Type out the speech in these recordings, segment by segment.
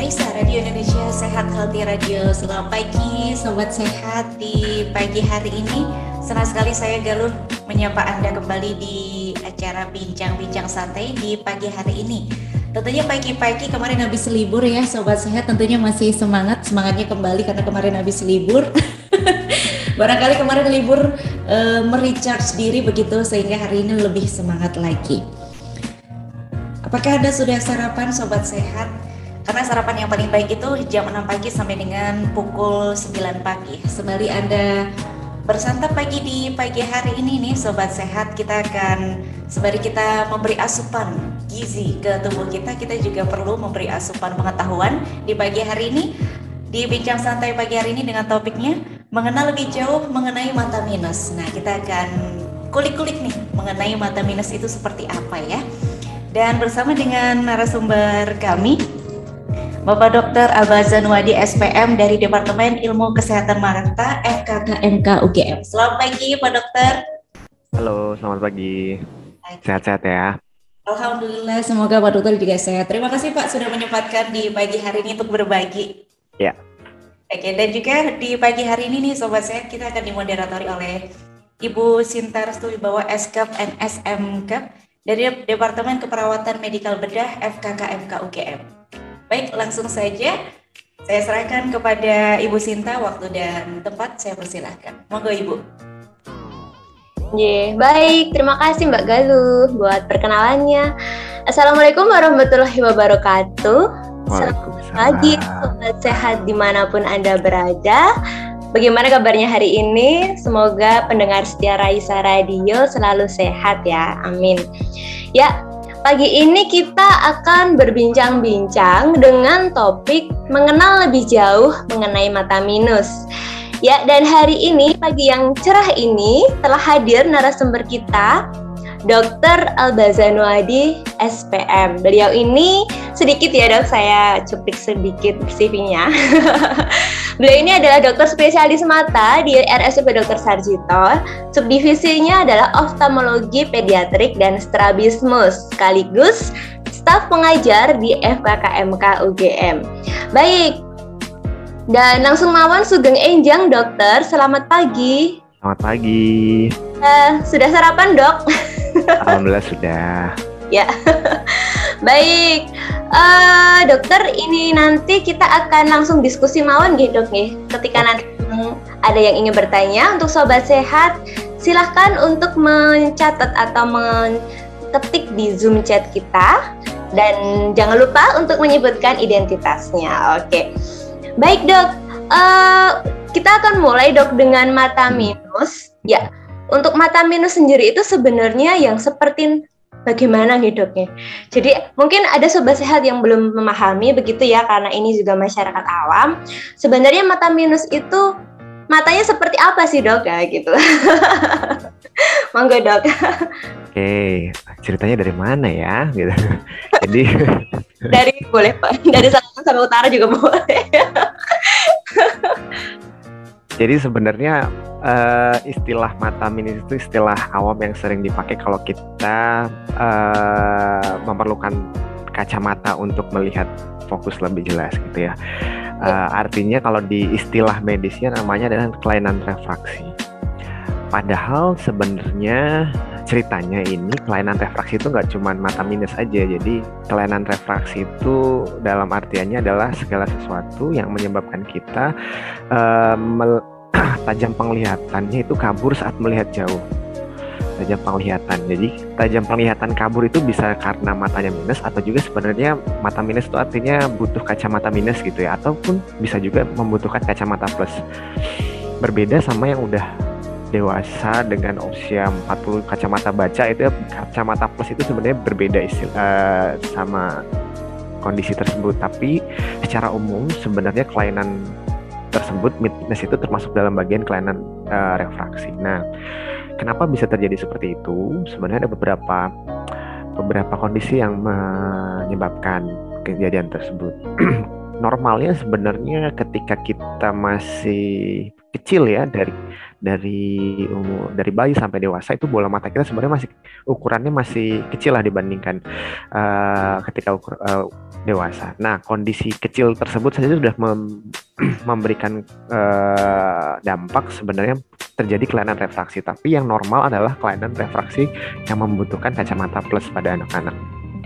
Raisa, Radio Indonesia Sehat Healthy Radio. Selamat pagi Sobat Sehat. Di pagi hari ini senang sekali saya Galuh menyapa Anda kembali di acara Bincang-Bincang Santai di pagi hari ini. Tentunya pagi-pagi kemarin habis libur ya Sobat Sehat, tentunya masih semangatnya kembali karena kemarin habis libur. Barangkali kemarin libur merecharge diri begitu sehingga hari ini lebih semangat lagi. Apakah Anda sudah sarapan Sobat Sehat? Karena sarapan yang paling baik itu jam 6 pagi sampai dengan pukul 9 pagi. Sembari Anda bersantap pagi di pagi hari ini nih Sobat Sehat, sembari kita memberi asupan gizi ke tubuh kita juga perlu memberi asupan pengetahuan di pagi hari ini. Di Bincang Santai pagi hari ini dengan topiknya mengenal lebih jauh mengenai mata minus. Nah, kita akan kulik-kulik nih mengenai mata minus itu seperti apa ya. Dan bersama dengan narasumber kami, Bapak Dr. Al-Bazan Nuadi SPM dari Departemen Ilmu Kesehatan Mata FKKMK UGM. Selamat pagi Pak Dokter. Halo, selamat pagi. Sehat-sehat ya. Alhamdulillah, semoga Pak Dokter juga sehat. Terima kasih Pak sudah menyempatkan di pagi hari ini untuk berbagi. Ya. Oke, dan juga di pagi hari ini nih Sobat Sehat, kita akan dimoderatori oleh Ibu Sinta Restu Wibawa SKAP NSMKAP dari Departemen Keperawatan Medikal Bedah FKKMK UGM. Baik, langsung saja saya serahkan kepada Ibu Sinta, waktu dan tempat saya persilahkan. Monggo Ibu. Baik, terima kasih Mbak Galuh buat perkenalannya. Assalamualaikum warahmatullahi wabarakatuh. Selamat pagi Sobat Sehat dimanapun Anda berada. Bagaimana kabarnya hari ini? Semoga pendengar setia Raisa Radio selalu sehat ya, amin. Ya, pagi ini kita akan berbincang-bincang dengan topik mengenal lebih jauh mengenai mata minus. Ya, dan hari ini, pagi yang cerah ini telah hadir narasumber kita, Dr. Al-Bazan Nuadi SPM. Beliau ini sedikit ya dok, saya cuplik sedikit CV-nya. Beliau ini adalah dokter spesialis mata di RSUP Dr. Sarjito. Subdivisinya adalah oftalmologi, pediatrik, dan strabismus. Sekaligus staf pengajar di FKKMK UGM. Baik, dan langsung mawon sugeng enjang dokter. Selamat pagi. Selamat pagi. Sudah sarapan dok? Alhamdulillah sudah. Ya. Baik, dokter, ini nanti kita akan langsung diskusi mawon gitu dok nih. Ketika nanti ada yang ingin bertanya untuk Sobat Sehat, silahkan untuk mencatat atau mengetik di Zoom chat kita. Dan jangan lupa untuk menyebutkan identitasnya. Oke. Baik dok, kita akan mulai dok dengan mata minus. Ya, untuk mata minus sendiri itu sebenarnya yang seperti bagaimana nih doknya? Jadi mungkin ada Sobat Sehat yang belum memahami begitu ya, karena ini juga masyarakat awam. Sebenarnya mata minus itu matanya seperti apa sih dok ya gitu? Monggo dok. Oke, ceritanya dari mana ya? Gitu. Jadi boleh Pak, dari selatan sampai utara juga boleh. Jadi sebenarnya istilah mata minus itu istilah awam yang sering dipakai kalau kita memerlukan kacamata untuk melihat fokus lebih jelas gitu ya. Artinya kalau di istilah medisnya namanya adalah kelainan refraksi. Padahal sebenarnya ceritanya ini kelainan refraksi itu nggak cuma mata minus aja. Jadi kelainan refraksi itu dalam artiannya adalah segala sesuatu yang menyebabkan kita tajam penglihatannya itu kabur saat melihat jauh. Tajam penglihatan. Jadi tajam penglihatan kabur itu bisa karena matanya minus, atau juga sebenarnya mata minus itu artinya butuh kacamata minus gitu ya, ataupun bisa juga membutuhkan kacamata plus. Berbeda sama yang udah dewasa dengan usia 40 kacamata baca itu ya, kacamata plus itu sebenarnya berbeda sama kondisi tersebut. Tapi secara umum sebenarnya kelainan tersebut minus itu termasuk dalam bagian kelainan refraksi. Nah, kenapa bisa terjadi seperti itu? Sebenarnya ada beberapa kondisi yang menyebabkan kejadian tersebut. Normalnya sebenarnya ketika kita masih kecil ya, dari bayi sampai dewasa itu bola mata kita sebenarnya masih ukurannya masih kecil lah dibandingkan ketika dewasa. Nah, kondisi kecil tersebut saja sudah memberikan dampak sebenarnya terjadi kelainan refraksi. Tapi yang normal adalah kelainan refraksi yang membutuhkan kacamata plus pada anak-anak.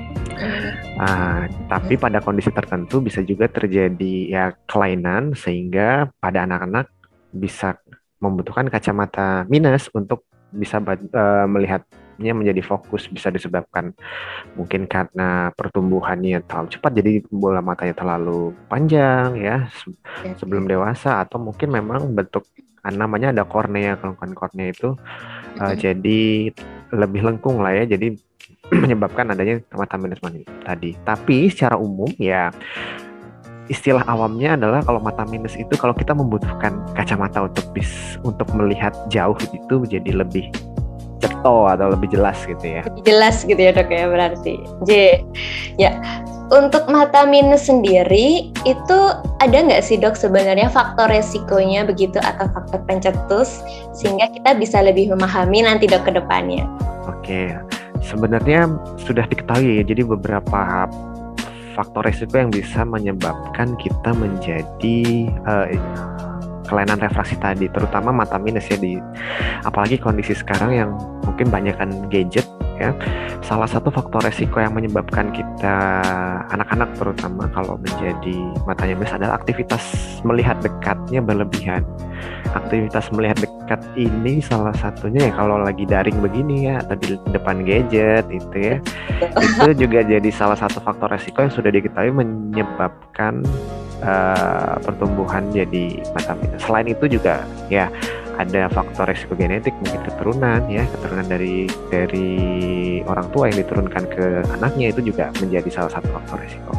Tapi pada kondisi tertentu bisa juga terjadi ya kelainan sehingga pada anak-anak bisa membutuhkan kacamata minus untuk bisa melihatnya menjadi fokus. Bisa disebabkan mungkin karena pertumbuhannya terlalu cepat jadi bola matanya terlalu panjang ya sebelum dewasa, atau mungkin memang bentuk namanya ada kornea, kelengkungan kornea itu jadi lebih lengkung lah ya, jadi menyebabkan adanya mata minus tadi. Tapi secara umum ya istilah awamnya adalah kalau mata minus itu kalau kita membutuhkan kacamata untuk melihat jauh itu jadi lebih ceto atau lebih jelas gitu ya. Lebih jelas gitu ya dok ya berarti. Ya, untuk mata minus sendiri itu ada nggak sih dok sebenarnya faktor resikonya begitu atau faktor pencetus sehingga kita bisa lebih memahami nanti dok ke depannya? Oke, sebenarnya sudah diketahui ya, jadi beberapa faktor resiko yang bisa menyebabkan kita menjadi kelainan refraksi tadi, terutama mata minus ya, apalagi kondisi sekarang yang mungkin banyakkan gadget ya. Salah satu faktor resiko yang menyebabkan kita anak-anak terutama kalau menjadi matanya minus adalah aktivitas melihat dekatnya berlebihan. Aktivitas melihat dekat ini salah satunya ya kalau lagi daring begini ya, atau di depan gadget itu ya, itu juga jadi salah satu faktor resiko yang sudah diketahui menyebabkan pertumbuhan jadi mata minus. Selain itu juga ya ada faktor resiko genetik, mungkin keturunan dari orang tua yang diturunkan ke anaknya, itu juga menjadi salah satu faktor resiko.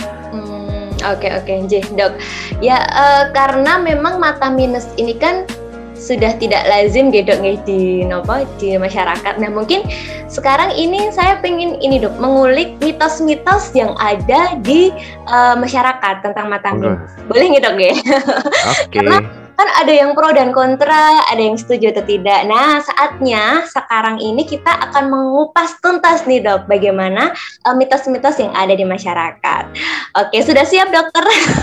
Oke, dok. Ya, karena memang mata minus ini kan sudah tidak lazim dok di masyarakat. Nah, mungkin sekarang ini saya pengen dok mengulik mitos-mitos yang ada di masyarakat tentang mata minus. Boleh nggak dok ya? Oke. Karena kan ada yang pro dan kontra, ada yang setuju atau tidak. Nah, saatnya sekarang ini kita akan mengupas tuntas nih dok, bagaimana mitos-mitos yang ada di masyarakat. Oke, sudah siap dokter?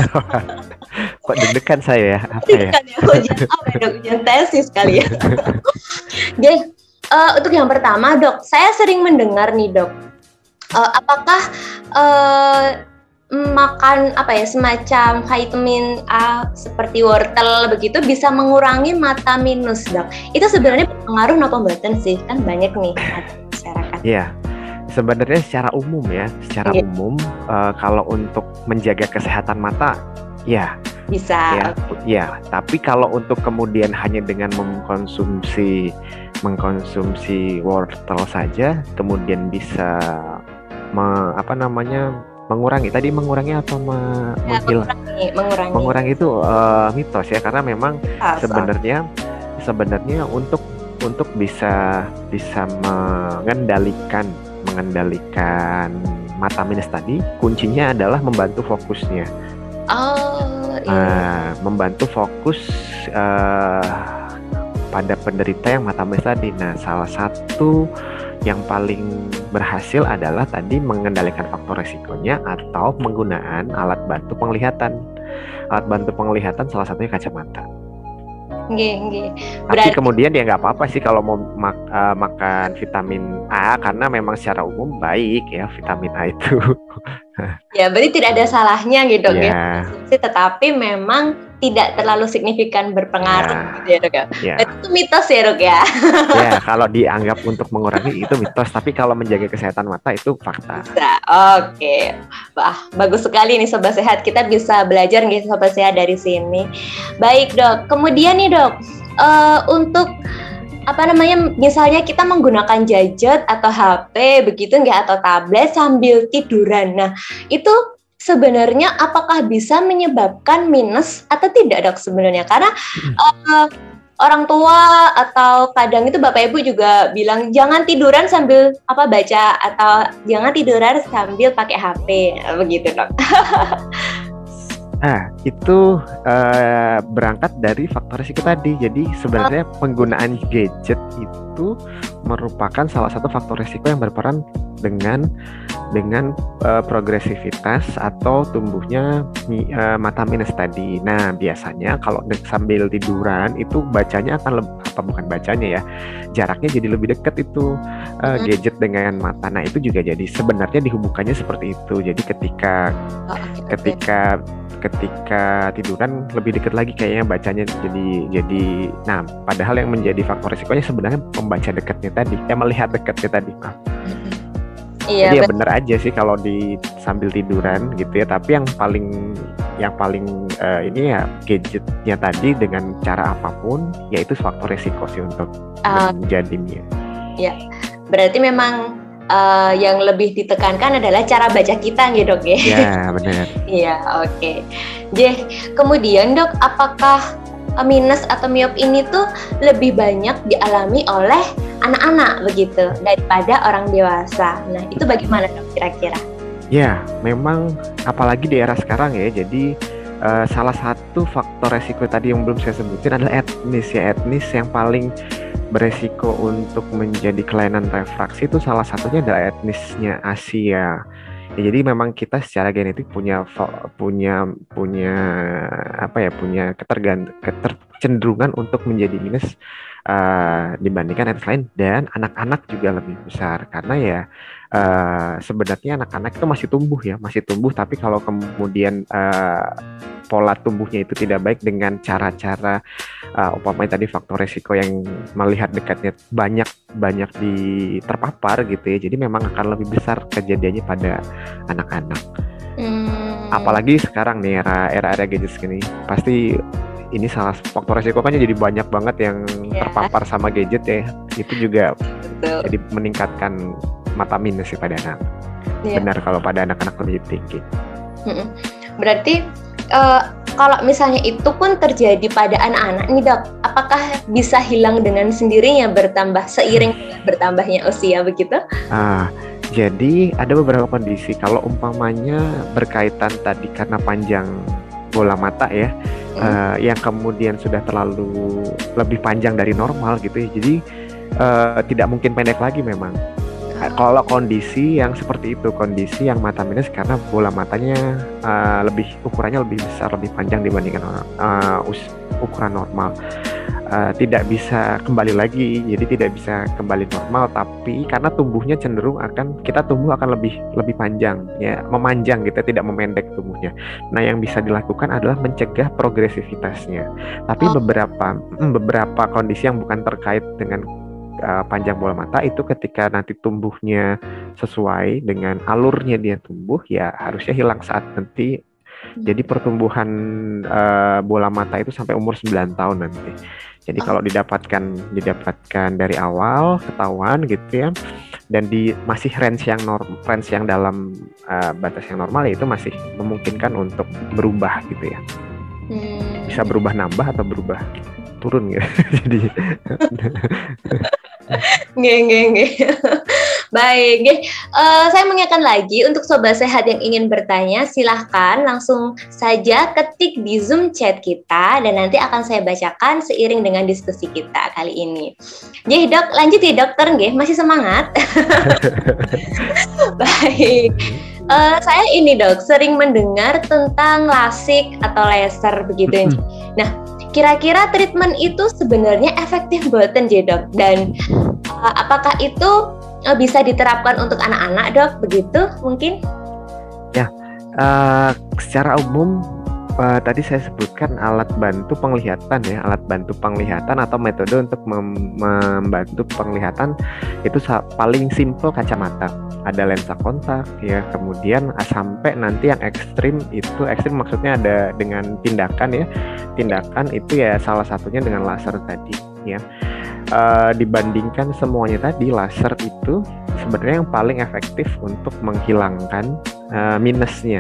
Kok deg-degan saya ya? Apa ya? Ujian tesis kali ya. Oke, untuk yang pertama dok, saya sering mendengar nih dok, apakah makan semacam vitamin A seperti wortel begitu bisa mengurangi mata minus dok? Itu sebenarnya berpengaruh apa mboten sih? Kan banyak nih masyarakat. Iya, sebenarnya secara umum umum kalau untuk menjaga kesehatan mata ya bisa. Ya, tapi kalau untuk kemudian hanya dengan mengkonsumsi wortel saja kemudian bisa mengurangi atau menghilang. Mengurangi itu mitos ya, karena memang sebenarnya untuk bisa mengendalikan mata minus tadi, kuncinya adalah membantu fokusnya. Membantu fokus pada penderita yang mata minus tadi. Nah, salah satu yang paling berhasil adalah tadi mengendalikan faktor resikonya atau penggunaan alat bantu penglihatan. Alat bantu penglihatan salah satunya kacamata. Tapi kemudian ya nggak apa-apa sih kalau mau makan vitamin A, karena memang secara umum baik ya vitamin A itu. Ya, berarti tidak ada salahnya gitu ya. Tetapi memang tidak terlalu signifikan berpengaruh gitu ya dok ya. Itu mitos ya dok ya. Ya, kalau dianggap untuk mengurangi itu mitos, tapi kalau menjaga kesehatan mata itu fakta. Oke. Wah, bagus sekali nih Sobat Sehat. Kita bisa belajar nih Sobat Sehat dari sini. Baik dok, kemudian nih dok, untuk misalnya kita menggunakan gadget atau HP begitu atau tablet sambil tiduran. Nah, itu sebenarnya apakah bisa menyebabkan minus atau tidak dok sebenarnya? Karena orang tua atau kadang itu bapak ibu juga bilang jangan tiduran sambil baca atau jangan tiduran sambil pakai HP begitu dok. Itu berangkat dari faktor risiko tadi. Jadi sebenarnya penggunaan gadget itu merupakan salah satu faktor risiko yang berperan dengan progresivitas atau tumbuhnya mata minus tadi. Nah, biasanya kalau sambil tiduran itu bacanya akan bukan bacanya ya, jaraknya jadi lebih dekat itu gadget dengan mata. Nah, itu juga jadi sebenarnya dihubungkannya seperti itu. Jadi ketika tiduran lebih dekat lagi kayaknya bacanya jadi nah padahal yang menjadi faktor risikonya sebenarnya membaca dekatnya tadi, melihat dekatnya tadi. Iya, jadi ya benar aja sih kalau sambil tiduran gitu ya, tapi yang paling ini ya gadgetnya tadi dengan cara apapun yaitu faktor risiko sih untuk menjadinya. Ya, berarti memang yang lebih ditekankan adalah cara baca kita nih dok ya. Ya benar. Iya, oke. Kemudian dok, apakah minus atau miop ini tuh lebih banyak dialami oleh anak-anak begitu daripada orang dewasa? Nah itu bagaimana dok kira-kira? Ya memang apalagi di era sekarang ya, jadi salah satu faktor resiko tadi yang belum saya sebutin adalah etnis yang paling beresiko untuk menjadi kelainan refraksi itu salah satunya adalah etnisnya Asia. Ya, jadi memang kita secara genetik punya ketercenderungan untuk menjadi minus dibandingkan etnis lain, dan anak-anak juga lebih besar karena ya sebenarnya anak-anak itu masih tumbuh tapi kalau kemudian pola tumbuhnya itu tidak baik dengan cara-cara umpamanya tadi faktor resiko yang melihat dekatnya banyak terpapar gitu ya, jadi memang akan lebih besar kejadiannya pada anak-anak. Apalagi sekarang nih era gadget ini pasti ini salah faktor resiko kan jadi banyak banget yang terpapar sama gadget ya, itu juga jadi meningkatkan mata minus pada anak. Benar kalau pada anak-anak lebih tinggi. Berarti kalau misalnya itu pun terjadi pada anak-anak nih dok, apakah bisa hilang dengan sendirinya seiring bertambahnya usia begitu? Jadi ada beberapa kondisi kalau umpamanya berkaitan tadi karena panjang bola mata ya, yang kemudian sudah terlalu lebih panjang dari normal gitu ya, jadi tidak mungkin pendek lagi memang. Kalau kondisi yang seperti itu, kondisi yang mata minus karena bola matanya ukurannya lebih besar, lebih panjang dibandingkan ukuran normal, tidak bisa kembali lagi, jadi tidak bisa kembali normal. Tapi karena tumbuhnya cenderung kita tumbuh akan lebih panjang, ya memanjang gitu, tidak memendek tumbuhnya. Nah yang bisa dilakukan adalah mencegah progresivitasnya. Tapi beberapa kondisi yang bukan terkait dengan panjang bola mata itu ketika nanti tumbuhnya sesuai dengan alurnya dia tumbuh, ya harusnya hilang saat nanti. Jadi pertumbuhan bola mata itu sampai umur 9 tahun nanti. Jadi kalau didapatkan dari awal ketahuan gitu ya, dan masih range yang dalam batas yang normal, ya itu masih memungkinkan untuk berubah gitu ya. Bisa berubah nambah atau berubah turun gitu. Jadi Nggak. Baik, saya mengingatkan lagi untuk sobat sehat yang ingin bertanya, silahkan langsung saja ketik di Zoom chat kita dan nanti akan saya bacakan seiring dengan diskusi kita kali ini. Jadi dok, lanjut ya dokter, masih semangat? Baik. Saya ini dok sering mendengar tentang lasik atau laser begitu. Nah, kira-kira treatment itu sebenarnya efektif buatan dok, dan apakah itu bisa diterapkan untuk anak-anak dok begitu mungkin? Ya, secara umum tadi saya sebutkan alat bantu penglihatan atau metode untuk membantu penglihatan itu paling simple kacamata. Ada lensa kontak ya, kemudian sampai nanti yang ekstrim maksudnya ada dengan tindakan itu ya salah satunya dengan laser tadi ya. Dibandingkan semuanya tadi, laser itu sebenarnya yang paling efektif untuk menghilangkan minusnya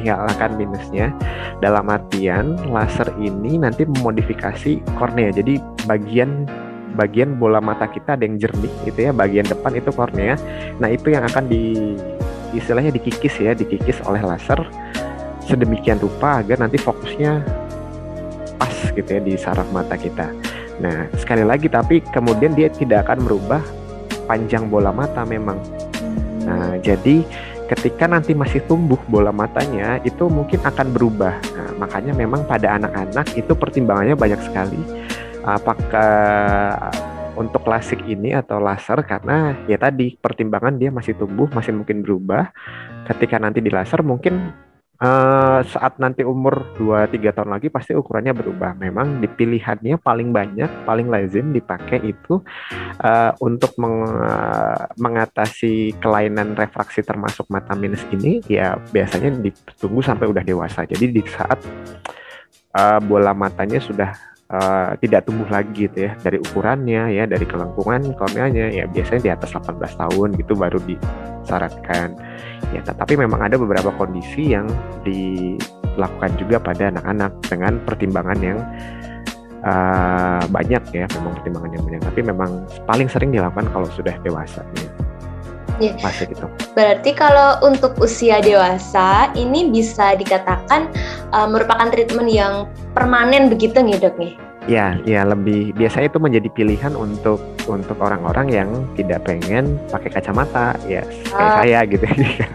dalam artian laser ini nanti memodifikasi kornea. Jadi bagian bola mata kita ada yang jernih gitu ya, bagian depan itu kornea. Nah itu yang akan istilahnya dikikis oleh laser sedemikian rupa agar nanti fokusnya pas gitu ya di saraf mata kita. Nah, sekali lagi tapi kemudian dia tidak akan merubah panjang bola mata memang. Nah, jadi ketika nanti masih tumbuh bola matanya itu mungkin akan berubah. Nah, makanya memang pada anak-anak itu pertimbangannya banyak sekali. Apakah untuk lasik ini atau laser, karena ya tadi pertimbangan dia masih tumbuh, masih mungkin berubah. Ketika nanti di laser mungkin saat nanti umur 2-3 tahun lagi pasti ukurannya berubah. Memang di pilihannya paling banyak, paling lazim dipakai itu untuk mengatasi kelainan refraksi termasuk mata minus ini ya biasanya ditunggu sampai udah dewasa. Jadi di saat bola matanya sudah tidak tumbuh lagi gitu ya, dari ukurannya ya, dari kelengkungan korneanya ya biasanya di atas 18 tahun gitu baru disarankan. Ya, tetapi memang ada beberapa kondisi yang dilakukan juga pada anak-anak dengan pertimbangan yang banyak ya, memang pertimbangan yang banyak. Tapi memang paling sering dilakukan kalau sudah dewasa. Ya. Masih gitu. Berarti kalau untuk usia dewasa ini bisa dikatakan merupakan treatment yang permanen begitu nih dok nih? Ya lebih biasanya itu menjadi pilihan untuk orang-orang yang tidak pengen pakai kacamata ya kayak saya gitu.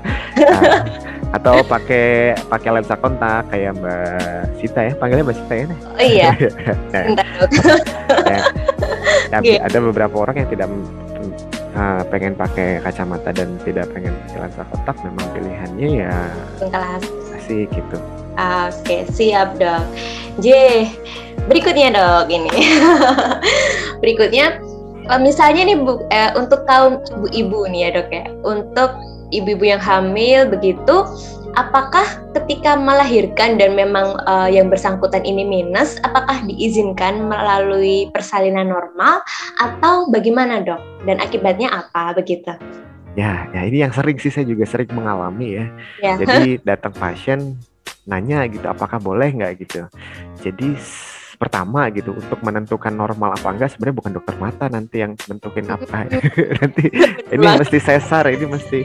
Atau pakai lensa kontak kayak Mbak Sita ya, panggilnya Mbak Sita ya? Oh iya. Ada beberapa orang yang tidak pengen pakai kacamata dan tidak pengen pakai lensa kontak, memang pilihannya ya asik gitu. Oke, siap dok. Berikutnya dok ini. Berikutnya misalnya nih untuk kaum ibu-ibu nih ya dok ya, untuk ibu-ibu yang hamil begitu, apakah ketika melahirkan dan memang yang bersangkutan ini minus, apakah diizinkan melalui persalinan normal atau bagaimana dok? Dan akibatnya apa begitu? Ya ini yang sering sih, saya juga sering mengalami ya. Jadi datang pasien nanya gitu, apakah boleh nggak gitu. Jadi pertama gitu, untuk menentukan normal apa enggak sebenarnya bukan dokter mata nanti yang menentukin apa. Nanti ini mesti sesar, ini mesti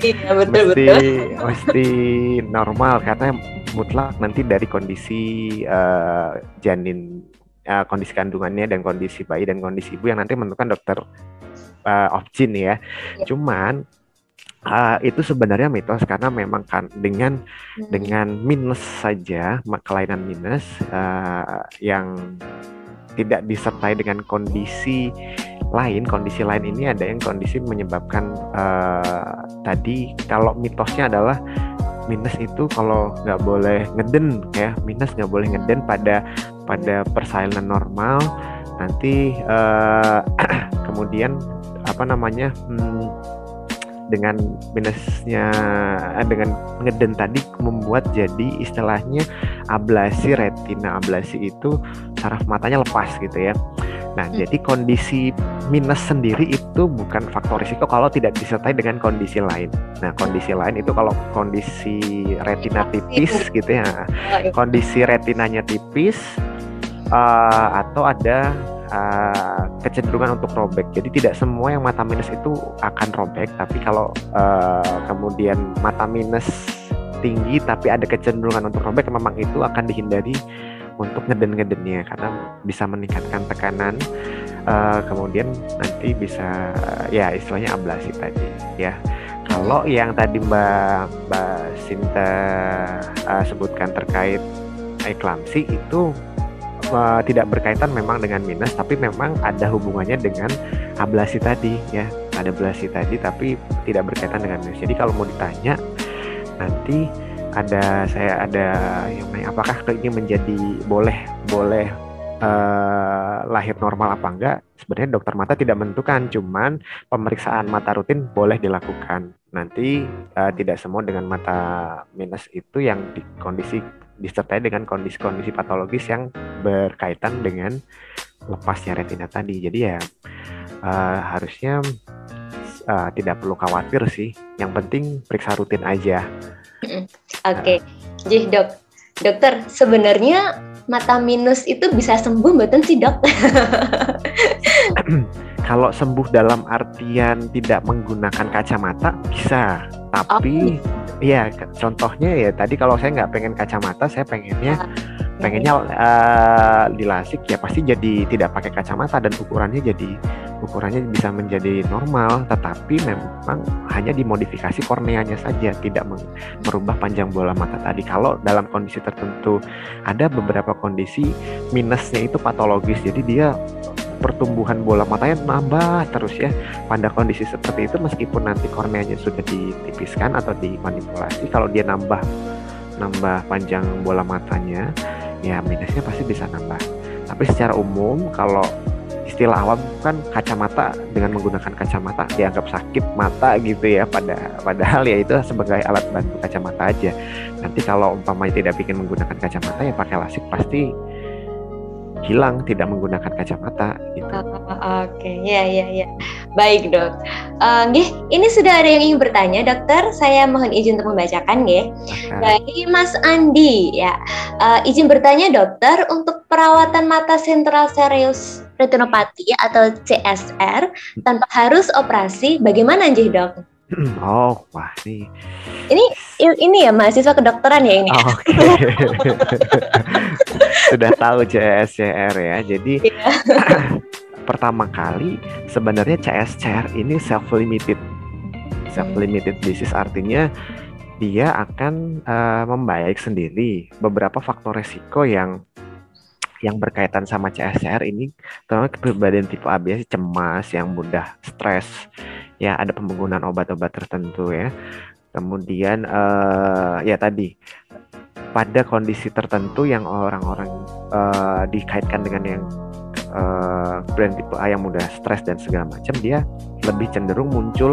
normal karena mutlak nanti dari kondisi janin, kondisi kandungannya dan kondisi bayi dan kondisi ibu yang nanti menentukan dokter obgyn ya. Cuman itu sebenarnya mitos karena memang kan dengan minus saja, kelainan minus yang tidak disertai dengan kondisi lain ini ada yang kondisi menyebabkan tadi kalau mitosnya adalah minus itu kalau nggak boleh ngeden ya, minus nggak boleh ngeden pada persalinan normal, nanti kemudian dengan minusnya, dengan ngeden tadi membuat jadi istilahnya ablasi retina. Ablasi itu saraf matanya lepas gitu ya. Nah, jadi kondisi minus sendiri itu bukan faktor risiko kalau tidak disertai dengan kondisi lain. Nah, kondisi lain itu kalau kondisi retina tipis gitu ya, kondisi retinanya tipis atau ada kecenderungan untuk robek. Jadi tidak semua yang mata minus itu akan robek, tapi kalau kemudian mata minus tinggi tapi ada kecenderungan untuk robek, memang itu akan dihindari untuk ngeden-ngedennya karena bisa meningkatkan tekanan, kemudian nanti bisa ya istilahnya ablasi tadi ya. Kalau yang tadi Mbak Sinta sebutkan terkait eklamsi itu tidak berkaitan memang dengan minus, tapi memang ada hubungannya dengan ablasi tadi ya, ada ablasi tadi tapi tidak berkaitan dengan minus. Jadi kalau mau ditanya nanti saya ada yang nanya apakah ini menjadi boleh lahir normal apa enggak. Sebenarnya dokter mata tidak menentukan, cuman pemeriksaan mata rutin boleh dilakukan. Nanti tidak semua dengan mata minus itu yang disertai dengan kondisi-kondisi patologis yang berkaitan dengan lepasnya retina tadi. Jadi ya harusnya tidak perlu khawatir sih. Yang penting periksa rutin aja. Oke. Jadi dokter sebenarnya mata minus itu bisa sembuh mboten sih dok? Kalau sembuh dalam artian tidak menggunakan kacamata bisa, tapi Iya, contohnya ya tadi kalau saya nggak pengen kacamata, saya pengennya dilasik ya pasti jadi tidak pakai kacamata dan ukurannya bisa menjadi normal, tetapi memang hanya dimodifikasi korneanya saja, tidak merubah panjang bola mata tadi. Kalau dalam kondisi tertentu, ada beberapa kondisi minusnya itu patologis, jadi dia pertumbuhan bola matanya nambah terus ya. Pada kondisi seperti itu meskipun nanti korneanya sudah ditipiskan atau dimanipulasi, kalau dia nambah panjang bola matanya ya minusnya pasti bisa nambah. Tapi secara umum kalau istilah awam kan kacamata, dengan menggunakan kacamata dianggap sakit mata gitu ya, padahal ya itu sebagai alat bantu kacamata aja. Nanti kalau umpamanya tidak ingin menggunakan kacamata ya pakai lasik pasti hilang tidak menggunakan kacamata gitu. Oke, ya. Baik, Dok. Ini sudah ada yang ingin bertanya, Dokter. Saya mohon izin untuk membacakan, nggih. Dari Mas Andi, ya. Izin bertanya, Dokter, untuk perawatan mata sentral serius retinopati atau CSR tanpa harus operasi, bagaimana, nggih, Dok? Oh, wah nih. Ini ya mahasiswa kedokteran ya ini. Oke. Sudah tahu CSCR ya. Jadi pertama kali sebenarnya CSCR ini self-limited disease, artinya dia akan membaik sendiri. Beberapa faktor resiko yang berkaitan sama CSCR ini, terutama kepribadian tipe A biasa cemas, yang mudah stres, ya ada penggunaan obat-obat tertentu ya. Kemudian ya tadi pada kondisi tertentu yang orang-orang dikaitkan dengan yang brand tipe A yang mudah stres dan segala macam, dia lebih cenderung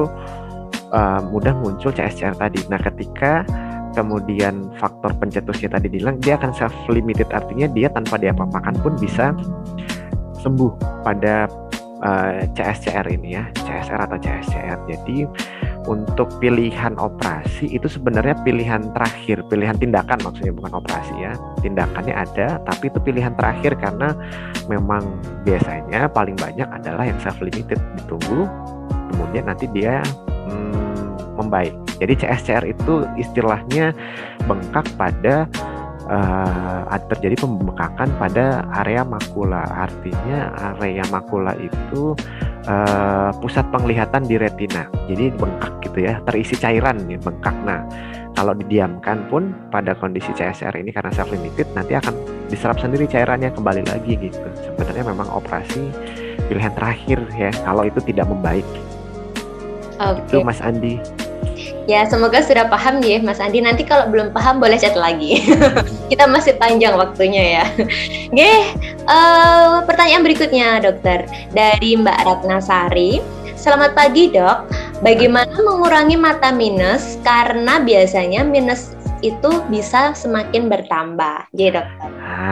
mudah muncul CSCR tadi. Nah, ketika kemudian faktor pencetusnya tadi bilang, dia akan self limited, artinya dia tanpa diapa-apakan pun bisa sembuh pada CSCR ini ya, CSR atau CSCR. Jadi untuk pilihan operasi itu sebenarnya pilihan terakhir, pilihan tindakan maksudnya, bukan operasi ya. Tindakannya ada, tapi itu pilihan terakhir karena memang biasanya paling banyak adalah yang self limited, ditunggu kemudian nanti dia membaik. Jadi CSCR itu istilahnya bengkak pada terjadi pembengkakan pada area makula. Artinya area makula itu pusat penglihatan di retina. Jadi bengkak gitu ya, terisi cairan ya, bengkak. Nah, kalau didiamkan pun pada kondisi CSR ini karena self limited nanti akan diserap sendiri cairannya kembali lagi gitu. Sebenarnya memang operasi pilihan terakhir ya kalau itu tidak membaik. Itu Mas Andi. Ya, semoga sudah paham ya Mas Andi. Nanti kalau belum paham boleh chat lagi. Kita masih panjang waktunya ya. Oke, pertanyaan berikutnya Dokter dari Mbak Ratnasari. Selamat pagi Dok. Bagaimana mengurangi mata minus karena biasanya minus itu bisa semakin bertambah? Jadi Dokter.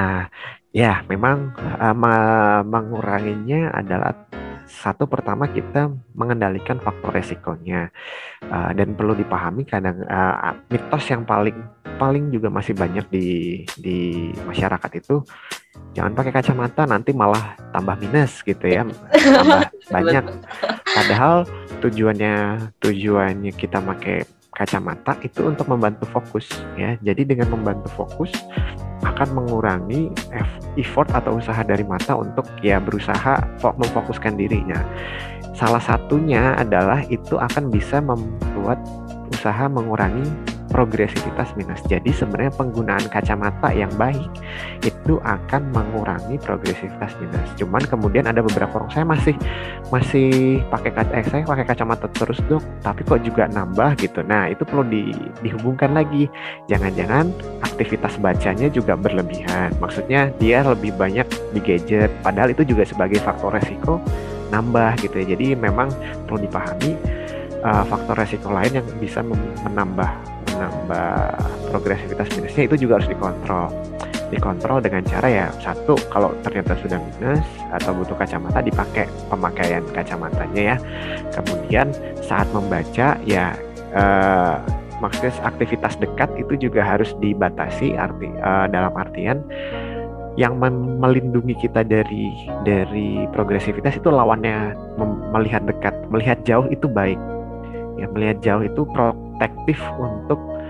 Ya memang menguranginya adalah satu, pertama kita mengendalikan faktor resikonya, dan perlu dipahami kadang mitos yang paling juga masih banyak di masyarakat itu, jangan pakai kacamata nanti malah tambah minus gitu ya, tambah banyak. Padahal tujuannya kita pakai kacamata itu untuk membantu fokus ya. Jadi dengan membantu fokus akan mengurangi effort atau usaha dari mata untuk ya berusaha memfokuskan dirinya. Salah satunya adalah itu akan bisa membuat usaha mengurangi progresivitas minus. Jadi sebenarnya penggunaan kacamata yang baik itu akan mengurangi progresivitas minus. Cuman kemudian ada beberapa orang, saya masih pakai kacamata terus Dok, tapi kok juga nambah gitu. Nah, itu perlu dihubungkan lagi. Jangan-jangan aktivitas bacanya juga berlebihan. Maksudnya dia lebih banyak di gadget, padahal itu juga sebagai faktor resiko nambah gitu ya. Jadi memang perlu dipahami faktor resiko lain yang bisa menambah progresivitas minusnya, itu juga harus dikontrol dengan cara ya, satu, kalau ternyata sudah minus atau butuh kacamata dipakai pemakaian kacamatanya ya. Kemudian saat membaca ya maksudnya aktivitas dekat itu juga harus dibatasi, dalam artian yang melindungi kita dari progresivitas itu lawannya melihat dekat. Melihat jauh itu baik ya, melihat jauh itu protektif untuk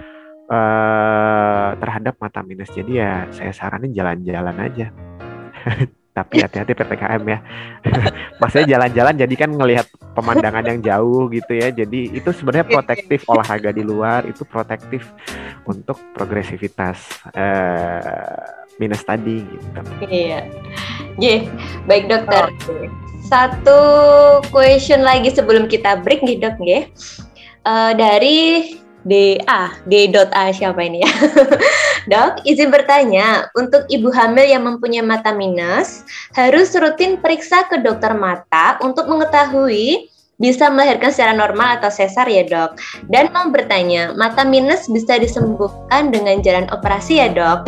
terhadap mata minus. Jadi ya saya saranin jalan-jalan aja. Tapi hati-hati PPKM ya. Maksudnya jalan-jalan jadi kan ngelihat pemandangan yang jauh gitu ya. Jadi itu sebenarnya protektif, olahraga di luar itu protektif untuk progresivitas minus tadi gitu. Iya. Baik dokter. Satu question lagi sebelum kita break nih dok ya. Dari D.A. siapa ini ya? Dok, izin bertanya, untuk ibu hamil yang mempunyai mata minus, harus rutin periksa ke dokter mata untuk mengetahui bisa melahirkan secara normal atau sesar ya dok. Dan mau bertanya, mata minus bisa disembuhkan dengan jalan operasi ya dok?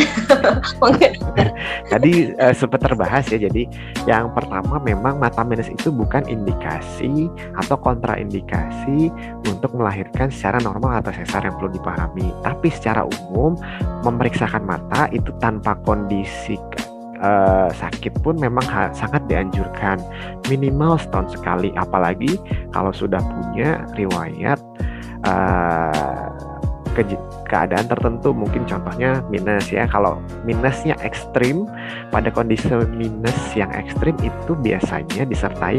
Tadi sempat terbahas ya, jadi yang pertama memang mata minus itu bukan indikasi atau kontraindikasi untuk melahirkan secara normal atau sesar yang perlu dipahami. Tapi secara umum memeriksakan mata itu tanpa kondisi sakit pun memang sangat dianjurkan, minimal setahun sekali, apalagi kalau sudah punya riwayat keadaan tertentu, mungkin contohnya minus ya. Kalau minusnya ekstrim, pada kondisi minus yang ekstrim itu biasanya disertai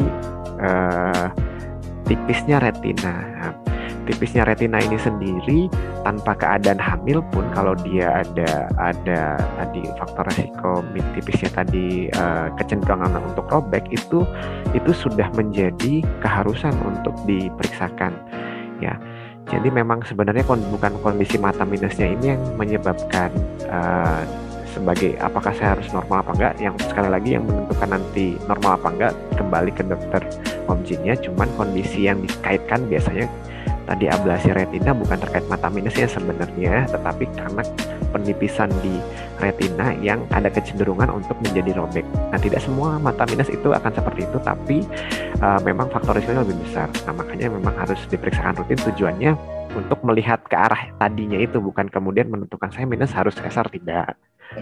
tipisnya retina. Tipisnya retina ini sendiri tanpa keadaan hamil pun, kalau dia ada tadi faktor resiko tipisnya tadi kecenderungan untuk robek, itu sudah menjadi keharusan untuk diperiksakan ya. Jadi memang sebenarnya bukan kondisi mata minusnya ini yang menyebabkan sebagai apakah saya harus normal apa enggak. Yang sekali lagi yang menentukan nanti normal apa enggak kembali ke dokter Omjinnya, cuman kondisi yang dikaitkan biasanya tadi ablasi retina bukan terkait mata minusnya sebenarnya, tetapi karena penipisan di retina yang ada kecenderungan untuk menjadi robek. Nah, tidak semua mata minus itu akan seperti itu, tapi memang faktor risikonya lebih besar. Nah, makanya memang harus diperiksakan rutin, tujuannya untuk melihat ke arah tadinya itu, bukan kemudian menentukan saya minus harus sesar, tidak.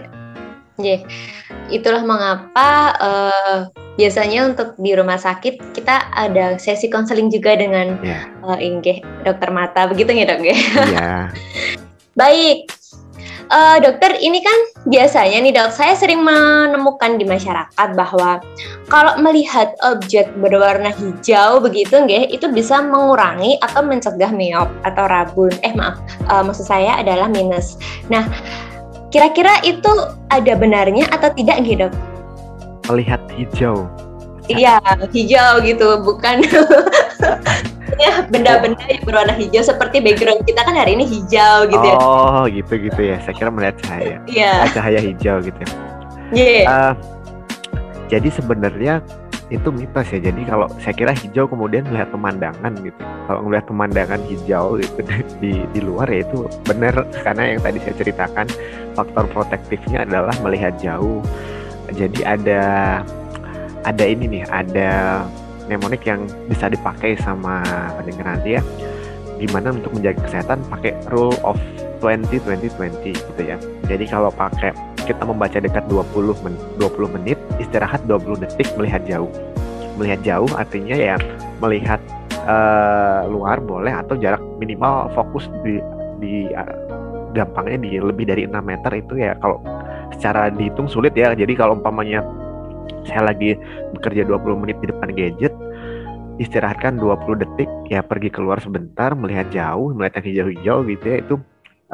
Itulah mengapa biasanya untuk di rumah sakit kita ada sesi konseling juga dengan dokter mata, begitu ya dok ya? Iya. Baik, dokter, ini kan biasanya nih dok, saya sering menemukan di masyarakat bahwa kalau melihat objek berwarna hijau begitu nggih, itu bisa mengurangi atau mencegah miop atau rabun. Maksud saya adalah minus. Nah, kira-kira itu ada benarnya atau tidak nggih dok? Melihat hijau. Iya, hijau gitu, bukan benda-benda yang berwarna hijau seperti background kita kan hari ini hijau gitu ya. Oh, gitu ya. Saya kira melihat cahaya. Iya. Cahaya hijau gitu ya. Jadi sebenarnya itu mitos ya. Jadi kalau saya kira hijau kemudian melihat pemandangan gitu. Kalau melihat pemandangan hijau itu di luar ya itu benar, karena yang tadi saya ceritakan faktor protektifnya adalah melihat jauh. Jadi ada ini nih, ada mnemonik yang bisa dipakai sama pendengar nanti ya. Gimana untuk menjaga kesehatan pakai rule of 20-20-20 gitu ya. Jadi kalau pakai kita membaca dekat 20 menit, istirahat 20 detik melihat jauh. Melihat jauh artinya ya melihat luar boleh, atau jarak minimal fokus di gampangnya di lebih dari 6 meter itu ya. Kalau secara dihitung sulit ya. Jadi kalau umpamanya saya lagi bekerja 20 menit di depan gadget, istirahatkan 20 detik ya, pergi keluar sebentar, melihat jauh, melihat yang hijau-hijau gitu ya, itu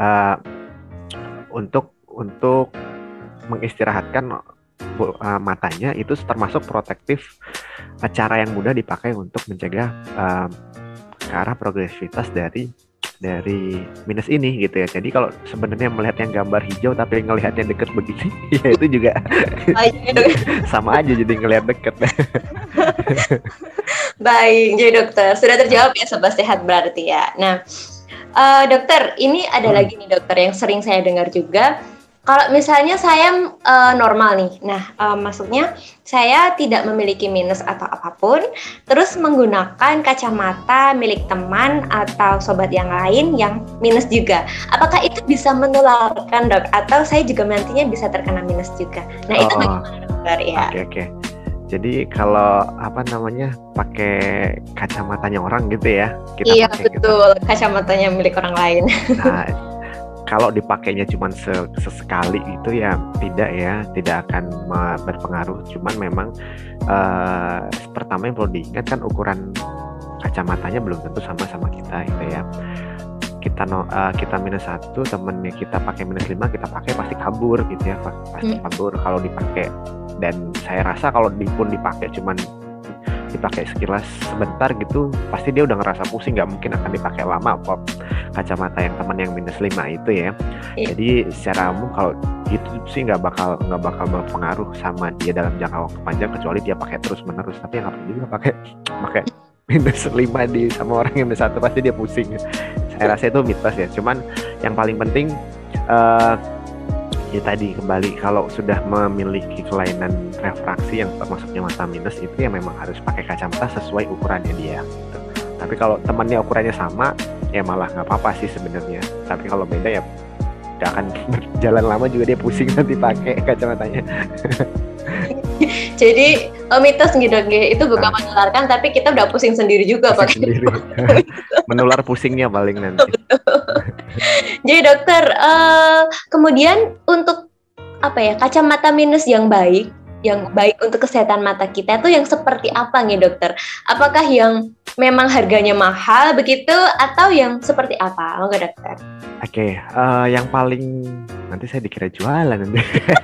untuk mengistirahatkan matanya, itu termasuk protektif, cara yang mudah dipakai untuk mencegah ke arah progresivitas dari minus ini gitu ya. Jadi kalau sebenarnya melihat yang gambar hijau tapi ngelihatnya deket begini, ya itu juga sama aja jadi ngelihat deket. Baik, jadi dokter sudah terjawab ya, sobat sehat berarti ya. Nah, dokter, ini ada lagi nih dokter yang sering saya dengar juga. Kalau misalnya saya normal nih, maksudnya saya tidak memiliki minus atau apapun, terus menggunakan kacamata milik teman atau sobat yang lain yang minus juga. Apakah itu bisa menularkan dok? Atau saya juga nantinya bisa terkena minus juga? Nah itu bagaimana dokter ya? Oke. Jadi kalau pakai kacamatanya orang gitu ya? Kita iya betul, kacamatanya milik orang lain. Nah, kalau dipakainya cuma sesekali itu ya tidak akan berpengaruh. Cuman memang pertama yang perlu diingat kan ukuran kacamatanya belum tentu sama kita gitu ya. Kita -1, temennya kita pakai -5, kita pakai pasti kabur gitu ya, pasti kabur kalau dipakai. Dan saya rasa kalau pun dipakai cuman dipakai sekilas sebentar gitu, pasti dia udah ngerasa pusing, nggak mungkin akan dipakai lama kok kacamata yang teman yang -5 itu ya. Jadi secara umum kalau gitu sih nggak bakal berpengaruh sama dia dalam jangka waktu panjang, kecuali dia pakai terus menerus. Tapi nggak perlu juga pakai -5 sama orang yang -1, pasti dia pusing. Saya rasa itu mitos ya. Cuman yang paling penting ya tadi kembali, kalau sudah memiliki kelainan refraksi yang termasuknya mata minus, itu ya memang harus pakai kacamata sesuai ukurannya dia gitu. Tapi kalau temannya ukurannya sama ya malah nggak apa-apa sih sebenarnya. Tapi kalau beda ya nggak akan berjalan lama juga dia pusing nanti pakai kacamatanya. Jadi mitos gitu itu bukan menularkan, tapi kita udah pusing sendiri juga pakai sendiri. Menular pusingnya paling nanti. Jadi dokter, kemudian untuk kacamata minus yang baik untuk kesehatan mata kita itu yang seperti apa nih dokter? Apakah yang memang harganya mahal begitu atau yang seperti apa? Monggo dokter. Oke, yang paling, nanti saya dikira jualan nanti.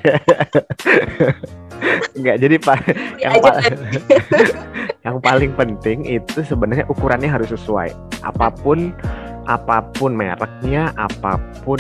Enggak, jadi yang paling penting itu sebenarnya ukurannya harus sesuai. Apapun mereknya, apapun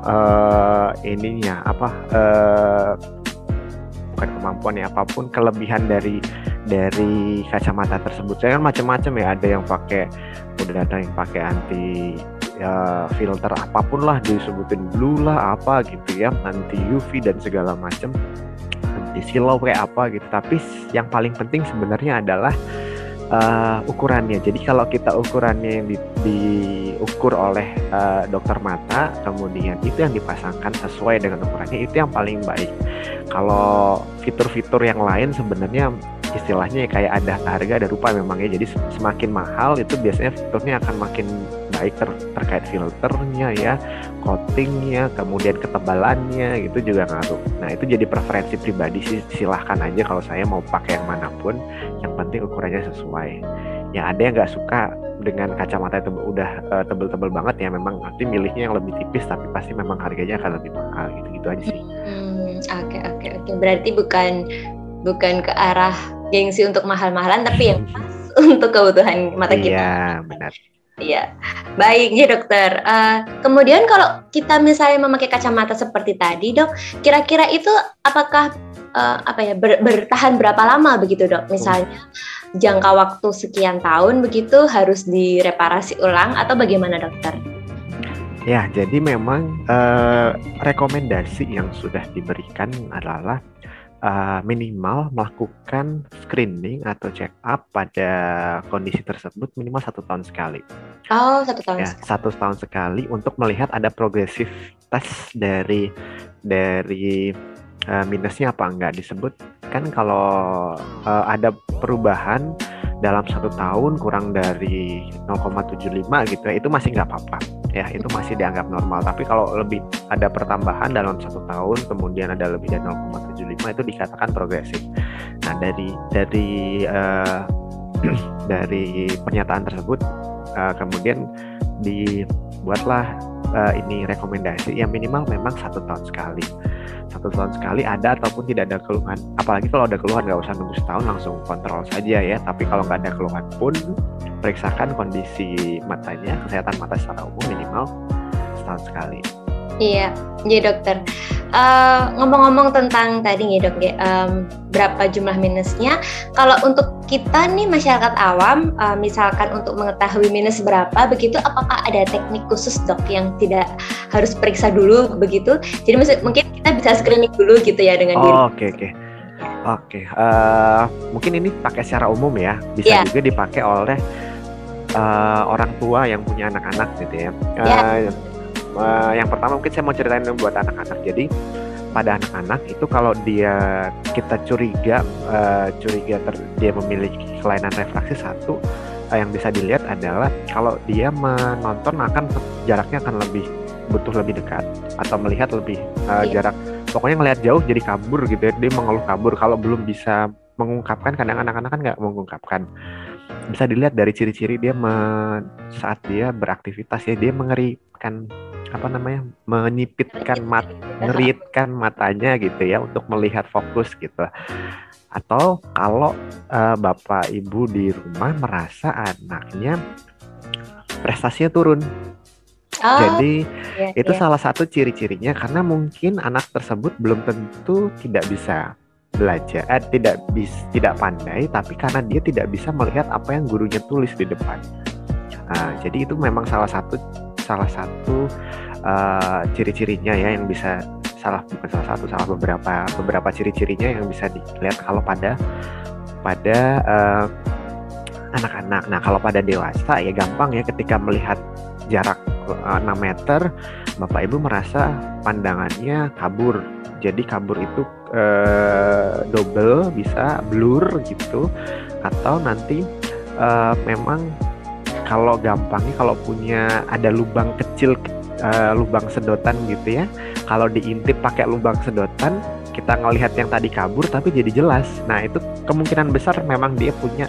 bukan kemampuannya, apapun kelebihan dari kacamata tersebut. Saya kan macam-macam ya, ada yang pakai anti filter apapun lah, disebutin blue lah apa gitu ya, anti UV dan segala macam, anti silau kayak apa gitu. Tapi yang paling penting sebenarnya adalah ukurannya. Jadi kalau kita ukurannya yang diukur oleh dokter mata, kemudian itu yang dipasangkan sesuai dengan ukurannya, itu yang paling baik. Kalau fitur-fitur yang lain sebenarnya istilahnya kayak ada harga ada rupa memang ya. Jadi semakin mahal itu biasanya fiturnya akan makin baik terkait filternya ya, coatingnya, kemudian ketebalannya, gitu juga ngaruh. Nah itu jadi preferensi pribadi sih, silahkan aja kalau saya mau pakai yang manapun, yang penting ukurannya sesuai. Yang ada yang nggak suka dengan kacamata itu udah tebel-tebel banget ya, memang nanti milihnya yang lebih tipis, tapi pasti memang harganya akan lebih mahal gitu aja sih. Oke. Berarti bukan ke arah gengsi untuk mahal-mahalan, tapi yang pas untuk kebutuhan mata kita. Iya, benar. Iya, baik ya dokter. Kemudian kalau kita misalnya memakai kacamata seperti tadi dok, kira-kira itu apakah bertahan berapa lama begitu dok? Misalnya jangka waktu sekian tahun begitu harus direparasi ulang atau bagaimana dokter? Ya, jadi memang rekomendasi yang sudah diberikan adalah minimal melakukan screening atau check up pada kondisi tersebut minimal 1 tahun sekali. Oh, 1 tahun ya, sekali. 1 tahun sekali untuk melihat ada progresivitas dari minusnya apa enggak. Disebut kan kalau ada perubahan dalam 1 tahun kurang dari 0,75 gitu ya, itu masih nggak apa-apa ya, itu masih dianggap normal. Tapi kalau lebih ada pertambahan dalam 1 tahun, kemudian ada lebih dari 0,75, itu dikatakan progresif. Nah dari pernyataan tersebut kemudian dibuatlah ini rekomendasi yang minimal memang 1 tahun sekali. 1 tahun sekali ada ataupun tidak ada keluhan. Apalagi kalau ada keluhan nggak usah nunggu setahun, langsung kontrol saja ya. Tapi kalau nggak ada keluhan pun periksakan kondisi matanya, kesehatan mata secara umum minimal 1 tahun sekali. Iya, jadi dokter. Ngomong-ngomong tentang tadi nih dok, berapa jumlah minusnya? Kalau untuk kita nih masyarakat awam, misalkan untuk mengetahui minus berapa begitu, apakah ada teknik khusus dok yang tidak harus periksa dulu begitu? Jadi mungkin kita bisa screening dulu gitu ya dengan diri. Oke. Mungkin ini pakai secara umum ya, bisa juga dipakai oleh orang tua yang punya anak-anak gitu ya. Yang pertama mungkin saya mau ceritain buat anak-anak. Jadi pada anak-anak itu kalau kita curiga dia memiliki kelainan refraksi, satu yang bisa dilihat adalah kalau dia menonton jaraknya akan lebih butuh lebih dekat atau melihat lebih jarak. Pokoknya ngelihat jauh jadi kabur gitu ya. Dia mengeluh kabur kalau belum bisa mengungkapkan. Kadang anak-anak kan nggak mengungkapkan. Bisa dilihat dari ciri-ciri dia saat dia beraktivitas ya, dia mengerikan menyipitkan ngeritkan matanya gitu ya untuk melihat fokus gitu. Atau kalau bapak ibu di rumah merasa anaknya prestasinya turun. Jadi itu salah satu ciri-cirinya, karena mungkin anak tersebut belum tentu tidak bisa belajar, tidak pandai, tapi karena dia tidak bisa melihat apa yang gurunya tulis di depan. Jadi itu memang salah satu ciri-cirinya ya, yang bisa beberapa ciri-cirinya yang bisa dilihat kalau pada anak-anak. Nah, kalau pada dewasa ya gampang ya, ketika melihat jarak 6 meter, bapak ibu merasa pandangannya kabur. Jadi kabur itu double, bisa blur gitu, atau nanti memang kalau gampangnya kalau punya ada lubang kecil, lubang sedotan gitu ya, kalau diintip pakai lubang sedotan, kita ngelihat yang tadi kabur tapi jadi jelas. Nah, itu kemungkinan besar memang dia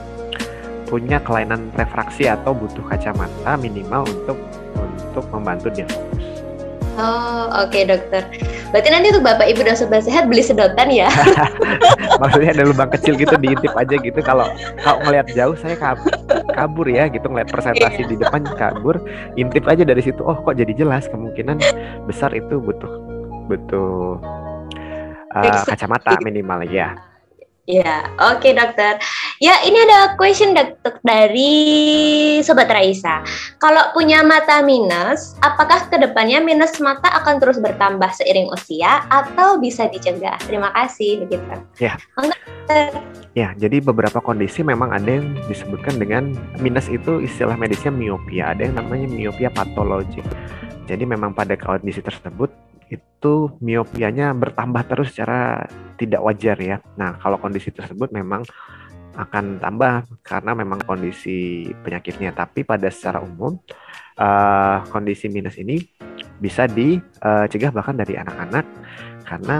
punya kelainan refraksi atau butuh kacamata minimal untuk membantu dia fokus. Oh, oke, dokter. Berarti nanti untuk bapak ibu dan sobat sehat beli sedotan ya? Maksudnya ada lubang kecil gitu, diintip aja gitu. Kalau ngelihat jauh saya kabur ya gitu, ngelihat presentasi di depan kabur, intip aja dari situ. Oh, kok jadi jelas. Kemungkinan besar itu butuh kacamata minimal ya. Ya, oke, dokter. Ya, ini ada question dokter dari Sobat Raisa. Kalau punya mata minus, apakah kedepannya minus mata akan terus bertambah seiring usia atau bisa dicegah? Terima kasih, begitu. Ya. Ya, jadi beberapa kondisi memang ada yang disebutkan dengan minus, itu istilah medisnya miopia. Ada yang namanya miopia patologik. Jadi memang pada kondisi tersebut itu miopianya bertambah terus secara tidak wajar ya. Nah, kalau kondisi tersebut memang akan tambah karena memang kondisi penyakitnya. Tapi pada secara umum kondisi minus ini bisa dicegah bahkan dari anak-anak, karena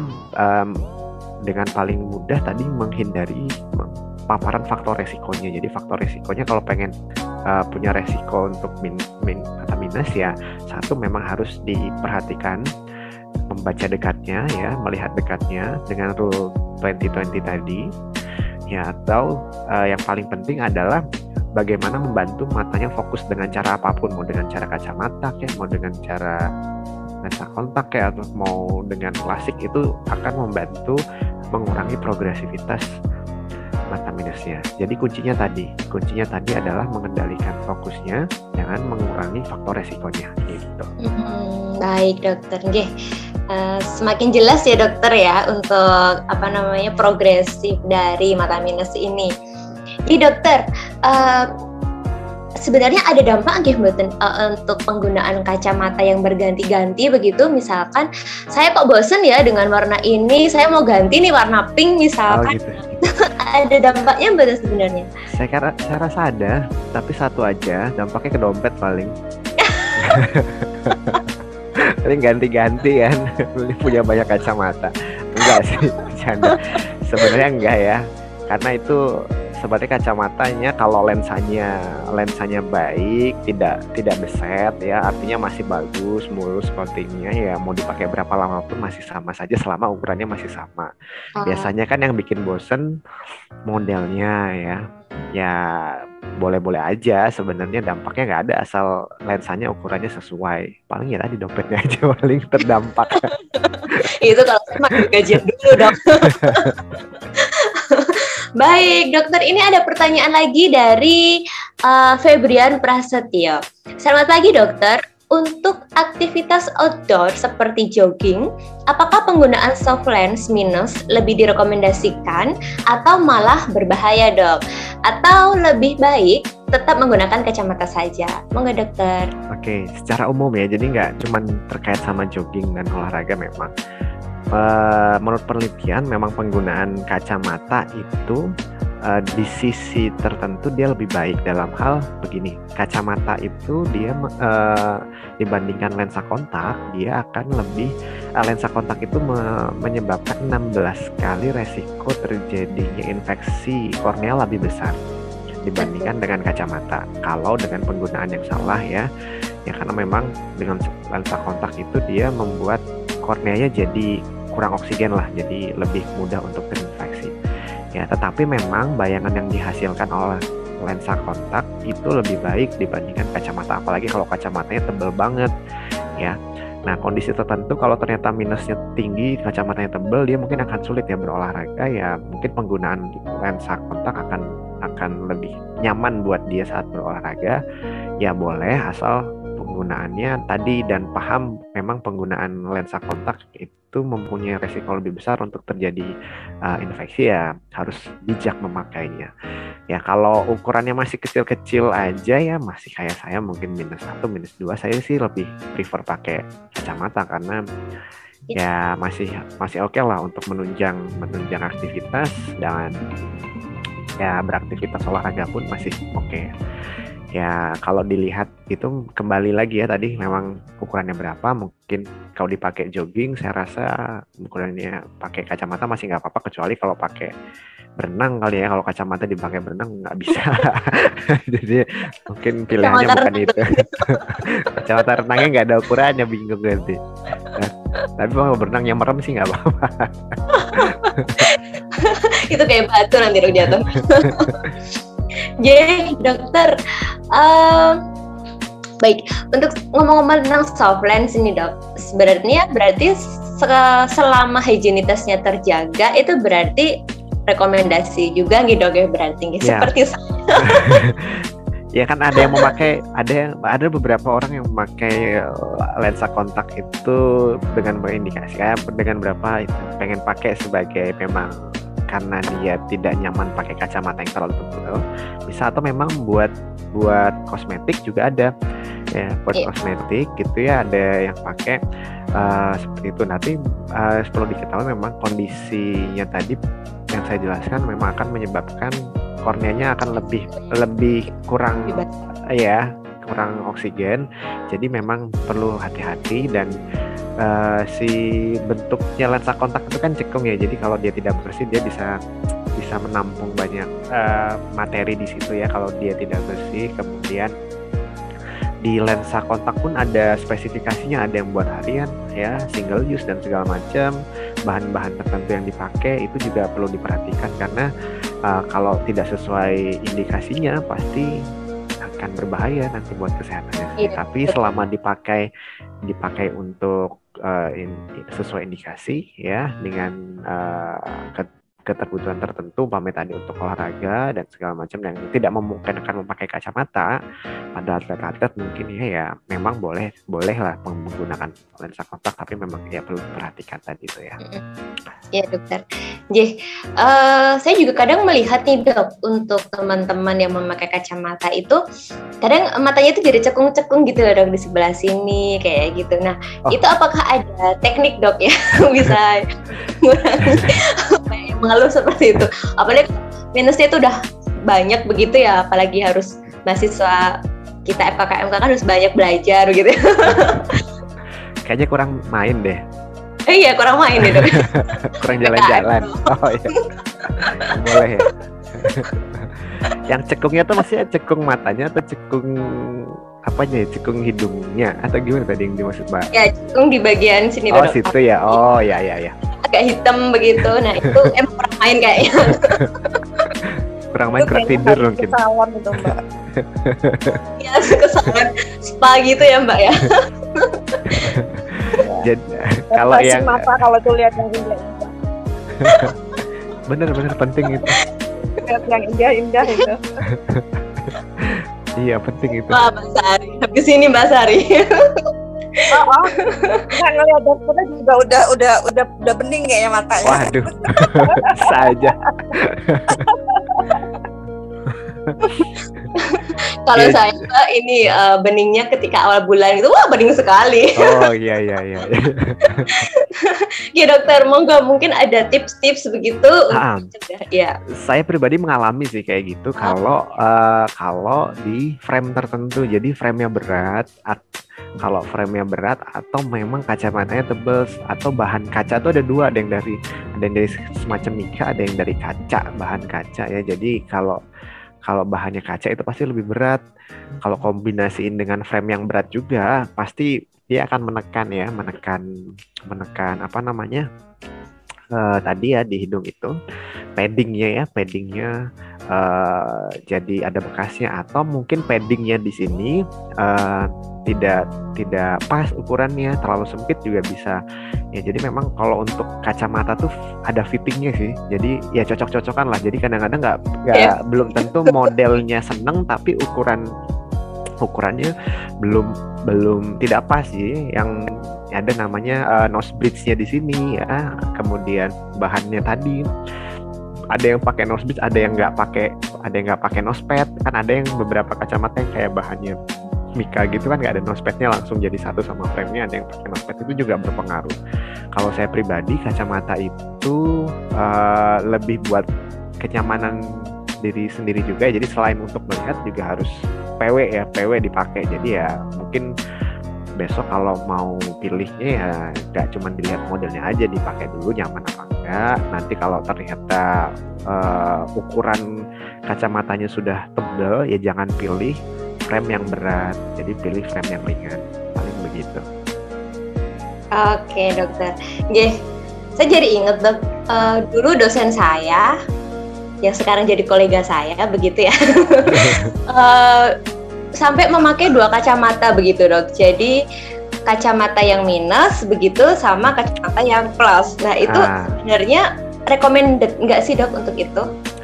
dengan paling mudah tadi menghindari paparan faktor resikonya. Jadi faktor resikonya kalau pengen punya resiko untuk mata minus ya, satu memang harus diperhatikan, membaca dekatnya ya, melihat dekatnya dengan rule 20-20 tadi ya. Atau yang paling penting adalah bagaimana membantu matanya fokus dengan cara apapun, mau dengan cara kacamata kayak, mau dengan cara lensa kontak kayak, atau mau dengan klasik, itu akan membantu mengurangi progresivitas mata minusnya. Jadi kuncinya tadi adalah mengendalikan fokusnya dengan mengurangi faktor resikonya gitu. Baik, dokter. Semakin jelas ya, dokter ya, untuk progresif dari mata minus ini. Jadi dokter, sebenarnya ada dampak untuk penggunaan kacamata yang berganti-ganti begitu. Misalkan saya kok bosen ya dengan warna ini, saya mau ganti nih warna pink misalkan. Gitu. Ada dampaknya betul sebenarnya? Saya rasa ada, tapi satu aja, dampaknya ke dompet paling. Paling ganti-ganti kan, punya banyak kacamata. Enggak sih, bercanda. Sebenarnya enggak ya, karena itu sebenarnya kacamatanya kalau lensanya baik, tidak beset ya, artinya masih bagus, mulus coatingnya ya, mau dipakai berapa lama pun masih sama saja selama ukurannya masih sama. Biasanya kan yang bikin bosen modelnya ya boleh-boleh aja sebenarnya, dampaknya nggak ada asal lensanya ukurannya sesuai. Paling ya tadi dompetnya aja paling terdampak. Itu kalau saya makin gajian dulu dong. Baik, dokter, ini ada pertanyaan lagi dari Febrian Prasetyo. Selamat pagi, dokter. Untuk aktivitas outdoor seperti jogging, apakah penggunaan soft lens minus lebih direkomendasikan atau malah berbahaya, dok? Atau lebih baik tetap menggunakan kacamata saja? Monggo, dokter. Oke, secara umum ya, jadi nggak cuma terkait sama jogging dan olahraga memang. Menurut penelitian memang penggunaan kacamata itu di sisi tertentu dia lebih baik dalam hal begini, kacamata itu dia dibandingkan lensa kontak, dia akan lebih lensa kontak itu menyebabkan 16 kali resiko terjadinya infeksi kornea lebih besar dibandingkan dengan kacamata. Kalau dengan penggunaan yang salah ya karena memang dengan lensa kontak itu dia membuat korneanya jadi kurang oksigen lah, jadi lebih mudah untuk terinfeksi. Ya, tetapi memang bayangan yang dihasilkan oleh lensa kontak itu lebih baik dibandingkan kacamata, apalagi kalau kacamatanya tebal banget ya. Nah, kondisi tertentu kalau ternyata minusnya tinggi, kacamatanya tebal, dia mungkin akan sulit ya berolahraga, ya mungkin penggunaan lensa kontak akan lebih nyaman buat dia saat berolahraga. Ya boleh, asal penggunaannya tadi dan paham memang penggunaan lensa kontak itu mempunyai resiko lebih besar untuk terjadi infeksi, ya harus bijak memakainya. Ya kalau ukurannya masih kecil-kecil aja ya masih kayak saya mungkin -1, -2, saya sih lebih prefer pakai kacamata karena ya masih oke lah untuk menunjang aktivitas, dan ya beraktivitas olahraga pun masih oke. Ya kalau dilihat itu kembali lagi ya tadi memang ukurannya berapa, mungkin kalau dipakai jogging saya rasa ukurannya pakai kacamata masih nggak apa-apa, kecuali kalau pakai berenang kali ya, kalau kacamata dipakai berenang nggak bisa. Jadi mungkin pilihannya bukan itu. Kacamata renangnya nggak ada ukurannya, bingung nanti. Tapi kalau berenang yang merem sih nggak apa-apa. Itu kayak batu nanti dong jatuh. Jadi dokter, baik, untuk ngomong-ngomong tentang soft lens ini dok, sebenarnya berarti selama higienitasnya terjaga itu berarti rekomendasi juga gitu dok ya, berarti ya. Seperti saya. Ya kan ada yang memakai, ada beberapa orang yang memakai lensa kontak itu dengan berindikasi dengan berapa pengen pakai sebagai memang karena dia tidak nyaman pakai kacamata yang terlalu tebal, bisa, atau memang buat kosmetik juga ada ya, buat kosmetik gitu ya, ada yang pakai seperti itu. Nanti perlu diketahui memang kondisinya tadi yang saya jelaskan memang akan menyebabkan korneanya akan lebih kurang kurang oksigen, jadi memang perlu hati-hati. Dan si bentuknya lensa kontak itu kan cekung ya, jadi kalau dia tidak bersih dia bisa menampung banyak materi di situ ya kalau dia tidak bersih. Kemudian di lensa kontak pun ada spesifikasinya, ada yang buat harian ya, single use dan segala macam. Bahan-bahan tertentu yang dipakai itu juga perlu diperhatikan, karena kalau tidak sesuai indikasinya pasti akan berbahaya nanti buat kesehatannya. Tapi selama dipakai untuk sesuai indikasi ya, dengan keterbutuhan tertentu, umpamanya tadi untuk olahraga dan segala macam yang tidak memungkinkan memakai kacamata, pada atlet-atlet mungkin ya memang boleh lah menggunakan lensa kontak, tapi memang ya perlu diperhatikan tadi itu ya. Iya dokter. Jadi saya juga kadang melihat nih dok, untuk teman-teman yang memakai kacamata itu kadang matanya itu jadi cekung-cekung gitu loh dok, di sebelah sini kayak gitu. Nah itu apakah ada teknik dok ya bisa mengeluh seperti itu? Apalagi minusnya itu udah banyak begitu ya, apalagi harus mahasiswa kita FKKM kan harus banyak belajar gitu. Kayaknya kurang main deh. Iya kurang main deh dok. Kurang jalan-jalan. Oh iya. Boleh ya. Yang cekungnya tuh maksudnya cekung matanya atau cekung apanya ya? Cekung hidungnya atau gimana tadi yang dimaksud Mbak? Ya cekung di bagian sini dok. Oh situ ya. Oh ya. Agak hitam begitu. Nah itu emang kurang main kayaknya. Kurang main, kurang tidur mungkin. Kesalahan itu Mbak. Iya kesalahan spa gitu ya Mbak ya. Jadi kalau yang mata kalau tuh lihat yang indah-indah. Bener penting itu. Lihat yang indah-indah itu. Iya penting itu. Wah Mbak Sari, habis ini Mbak Sari. Nggak ngeliat dokternya juga udah bening kayaknya matanya. Waduh, saja. Kalau saya ini beningnya ketika awal bulan itu, wah bening sekali. Oh iya. Ya dokter, mungkin ada tips-tips begitu untuk mencegah ya. Saya pribadi mengalami sih kayak gitu kalau di frame tertentu. Jadi frame-nya berat, kalau frame-nya berat atau memang kacamatanya tebal atau bahan kaca tuh ada dua, ada yang dari semacam mika, ada yang dari kaca, bahan kaca ya. Jadi kalau bahannya kaca itu pasti lebih berat. Kalau kombinasiin dengan frame yang berat juga, pasti dia akan menekan apa namanya tadi ya di hidung itu, paddingnya jadi ada bekasnya, atau mungkin paddingnya di sini tidak pas ukurannya, terlalu sempit juga bisa ya. Jadi memang kalau untuk kacamata tuh ada fittingnya sih, jadi ya cocok-cocokan lah. Jadi kadang-kadang nggak belum tentu modelnya seneng, tapi ukurannya belum tidak pas sih. Yang ada namanya nose bridge-nya di sini ya. Kemudian bahannya tadi ada yang pakai nose bridge, ada yang nggak pakai nose pad. Kan ada yang beberapa kacamata yang kayak bahannya mika gitu kan, nggak ada nose pad-nya, langsung jadi satu sama frame-nya. Ada yang pakai nose pad, itu juga berpengaruh. Kalau saya pribadi, kacamata itu lebih buat kenyamanan diri sendiri juga. Jadi selain untuk melihat juga harus PW dipakai. Jadi ya mungkin besok kalau mau pilihnya ya nggak cuma dilihat modelnya aja, dipakai dulu nyaman apa enggak. Nanti kalau ternyata ukuran kacamatanya sudah tebal, ya jangan pilih frame yang berat, jadi pilih frame yang ringan, paling begitu. Oke dokter, saya jadi inget dok, dulu dosen saya yang sekarang jadi kolega saya begitu ya, sampai memakai 2 kacamata begitu dok. Jadi kacamata yang minus begitu sama kacamata yang plus. Nah itu sebenarnya recommended nggak sih dok untuk itu?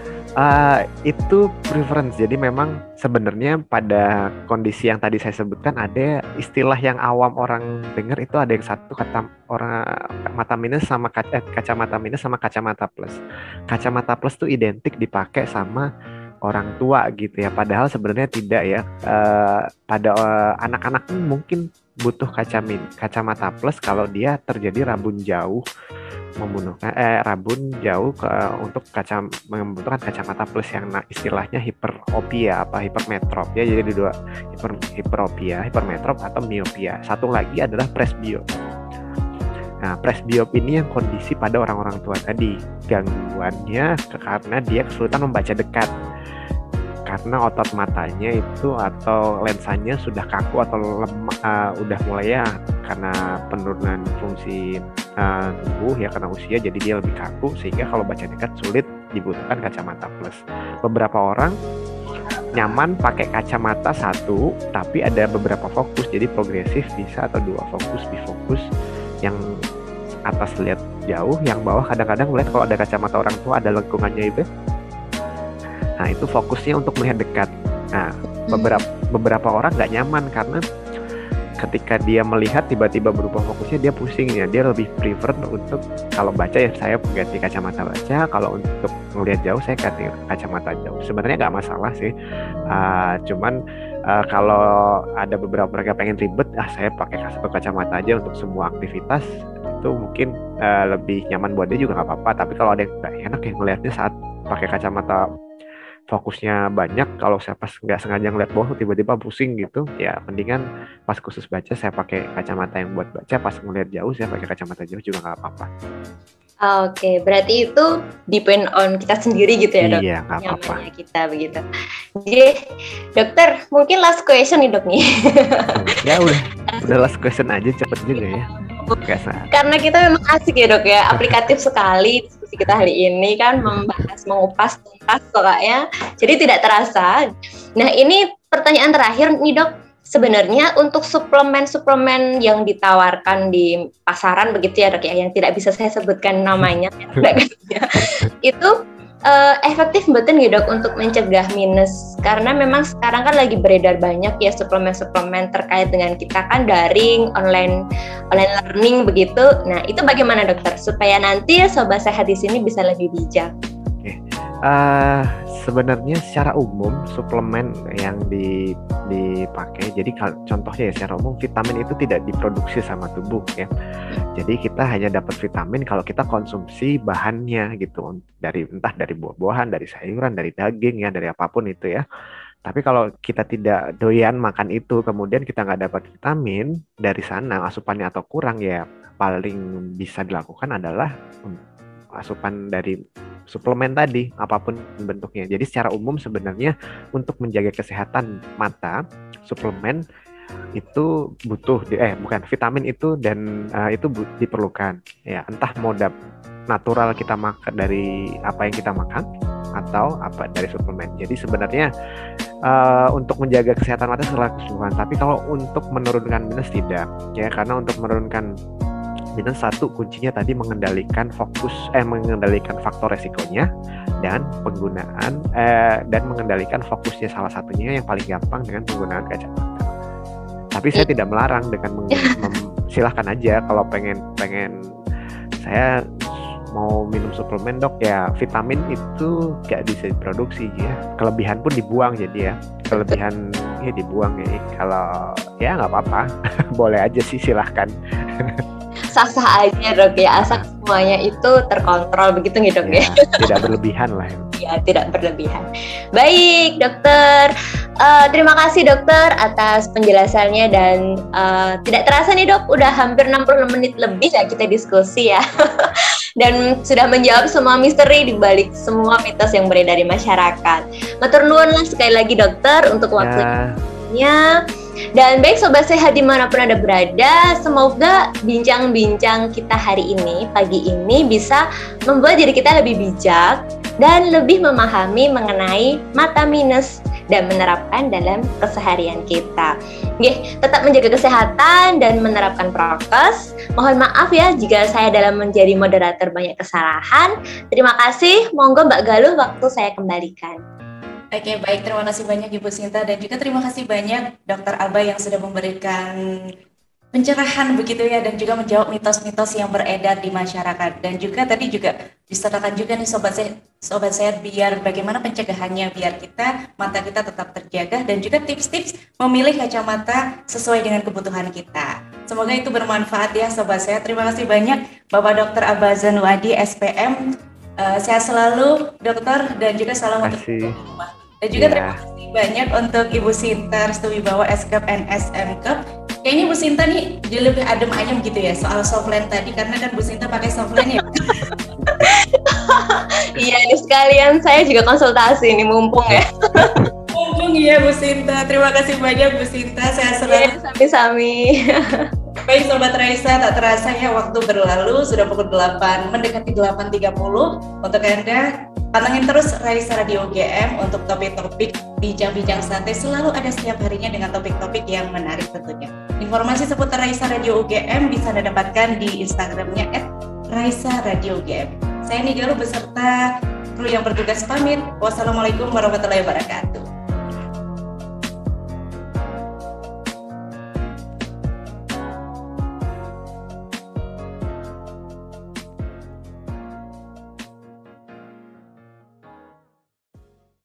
Itu preference. Jadi memang sebenarnya pada kondisi yang tadi saya sebutkan, ada istilah yang awam orang dengar itu, ada yang satu kata orang mata minus sama kacamata minus sama kacamata plus. Kacamata plus tuh identik dipakai sama orang tua gitu ya. Padahal sebenarnya tidak ya. Pada anak-anak mungkin butuh kacamata plus kalau dia terjadi rabun jauh, rabun jauh untuk membutuhkan kacamata plus yang istilahnya hiperopia apa hipermetrop ya. Jadi dua, hiperopia, hipermetrop atau miopia. Satu lagi adalah presbiop. Nah, presbiop ini yang kondisi pada orang-orang tua tadi, gangguannya karena dia kesulitan membaca dekat. Karena otot matanya itu atau lensanya sudah kaku atau udah mulai ya, karena penurunan fungsi tubuh ya, karena usia, jadi dia lebih kaku, sehingga kalau baca dekat sulit, dibutuhkan kacamata plus. Beberapa orang nyaman pakai kacamata satu, tapi ada beberapa fokus, jadi progresif bisa, atau 2 fokus, bifokus, yang atas lihat jauh, yang bawah kadang-kadang melihat. Kalau ada kacamata orang tua ada lengkungannya itu. Nah itu fokusnya untuk melihat dekat. Nah beberapa orang nggak nyaman karena ketika dia melihat tiba-tiba berubah fokusnya, dia pusing ya. Dia lebih prefer untuk kalau baca ya saya ganti kacamata baca, kalau untuk melihat jauh saya ganti kacamata jauh. Sebenarnya nggak masalah sih, cuman kalau ada beberapa mereka pengen ribet, saya pakai satu kacamata aja untuk semua aktivitas, itu mungkin lebih nyaman buat dia juga nggak apa-apa. Tapi kalau ada yang nggak enak yang melihatnya saat pakai kacamata fokusnya banyak, kalau saya pas nggak sengaja ngeliat bawah tiba-tiba pusing gitu, ya mendingan pas khusus baca saya pakai kacamata yang buat baca, pas ngeliat jauh saya pakai kacamata jauh juga nggak apa-apa. Oke, berarti itu depend on kita sendiri gitu ya dok? Iya, nggak apa-apa. Kita begitu. Jadi dokter, mungkin last question nih dok nih. Ya udah last question aja, cepet juga ya. Karena kita memang asik ya dok ya, aplikatif sekali diskusi kita hari ini kan, mengupas tuntas pokoknya, jadi tidak terasa. Nah ini pertanyaan terakhir nih dok, sebenarnya untuk suplemen yang ditawarkan di pasaran begitu ya dok ya, yang tidak bisa saya sebutkan namanya, itu efektif betul nggak dok untuk mencegah minus? Karena memang sekarang kan lagi beredar banyak ya suplemen terkait dengan kita kan daring, online learning begitu. Nah itu bagaimana dokter supaya nanti sobat sehat di sini bisa lebih bijak? Oke. Eh, Sebenarnya secara umum suplemen yang dipakai, jadi contohnya ya secara umum vitamin itu tidak diproduksi sama tubuh ya. Jadi kita hanya dapat vitamin kalau kita konsumsi bahannya gitu, entah dari buah-buahan, dari sayuran, dari daging ya, dari apapun itu ya. Tapi kalau kita tidak doyan makan itu, kemudian kita nggak dapat vitamin dari sana, asupannya atau kurang ya, paling bisa dilakukan adalah asupan dari suplemen tadi, apapun bentuknya. Jadi secara umum sebenarnya untuk menjaga kesehatan mata, suplemen itu butuh, vitamin itu dan itu diperlukan. Ya, entah modal natural kita makan dari apa yang kita makan atau apa dari suplemen. Jadi sebenarnya untuk menjaga kesehatan mata secara keseluruhan. Tapi kalau untuk menurunkan minus tidak, ya karena untuk menurunkan minus satu kuncinya tadi mengendalikan mengendalikan faktor resikonya dan penggunaan dan mengendalikan fokusnya, salah satunya yang paling gampang dengan penggunaan kacamata. Tapi saya tidak melarang dengan silahkan aja kalau pengen saya mau minum suplemen dok, ya vitamin itu gak bisa diproduksi ya, kelebihan pun dibuang, jadi ya kelebihan ya dibuang ya. Kalau ya nggak apa-apa boleh aja sih, silahkan. Sah-sah aja dok ya, asal semuanya itu terkontrol begitu nih dok ya. Tidak berlebihan lah. Ya, tidak berlebihan. Baik dokter, terima kasih dokter atas penjelasannya dan tidak terasa nih dok, udah hampir 60 menit lebih ya kita diskusi ya. Dan sudah menjawab semua misteri di balik semua mitos yang beredar di masyarakat. Matur nuwun lah sekali lagi dokter untuk waktunya. Dan baik sobat sehat dimanapun Anda berada, semoga bincang-bincang kita hari ini, pagi ini bisa membuat diri kita lebih bijak dan lebih memahami mengenai mata minus dan menerapkan dalam keseharian kita. Tetap menjaga kesehatan dan menerapkan prokes. Mohon maaf ya jika saya dalam menjadi moderator banyak kesalahan. Terima kasih, monggo Mbak Galuh waktu saya kembalikan. Oke, baik, terima kasih banyak Ibu Sinta dan juga terima kasih banyak Dr. Aba yang sudah memberikan pencerahan begitu ya, dan juga menjawab mitos-mitos yang beredar di masyarakat. Dan juga tadi juga disertakan juga nih sobat sehat biar bagaimana pencegahannya biar mata kita tetap terjaga, dan juga tips-tips memilih kacamata sesuai dengan kebutuhan kita. Semoga itu bermanfaat ya sobat sehat. Terima kasih banyak Bapak Dr. Aba Zanwadi SPM. Sehat selalu dokter dan juga salam untuk rumah. Dan juga terima kasih banyak untuk Ibu Sinta Restuwibawa SCAP NSMCAP. Kayaknya Bu Sinta nih jadi lebih adem ayem gitu ya soal softline tadi, karena kan Bu Sinta pakai softline ya. Iya, ini sekalian saya juga konsultasi nih, mumpung ya. Mumpung ya Bu Sinta. Terima kasih banyak Bu Sinta. Sehat selalu. Sami-sami. Baik Sobat Raisa, tak terasa ya waktu berlalu, sudah pukul 8 mendekati 8.30. Untuk Anda pantengin terus Raisa Radio UGM untuk topik-topik bincang-bincang santai, selalu ada setiap harinya dengan topik-topik yang menarik tentunya. Informasi seputar Raisa Radio UGM bisa Anda dapatkan di Instagramnya @RaisaRadioUGM. Saya Nigalu beserta kru yang bertugas pamit. Wassalamualaikum warahmatullahi wabarakatuh.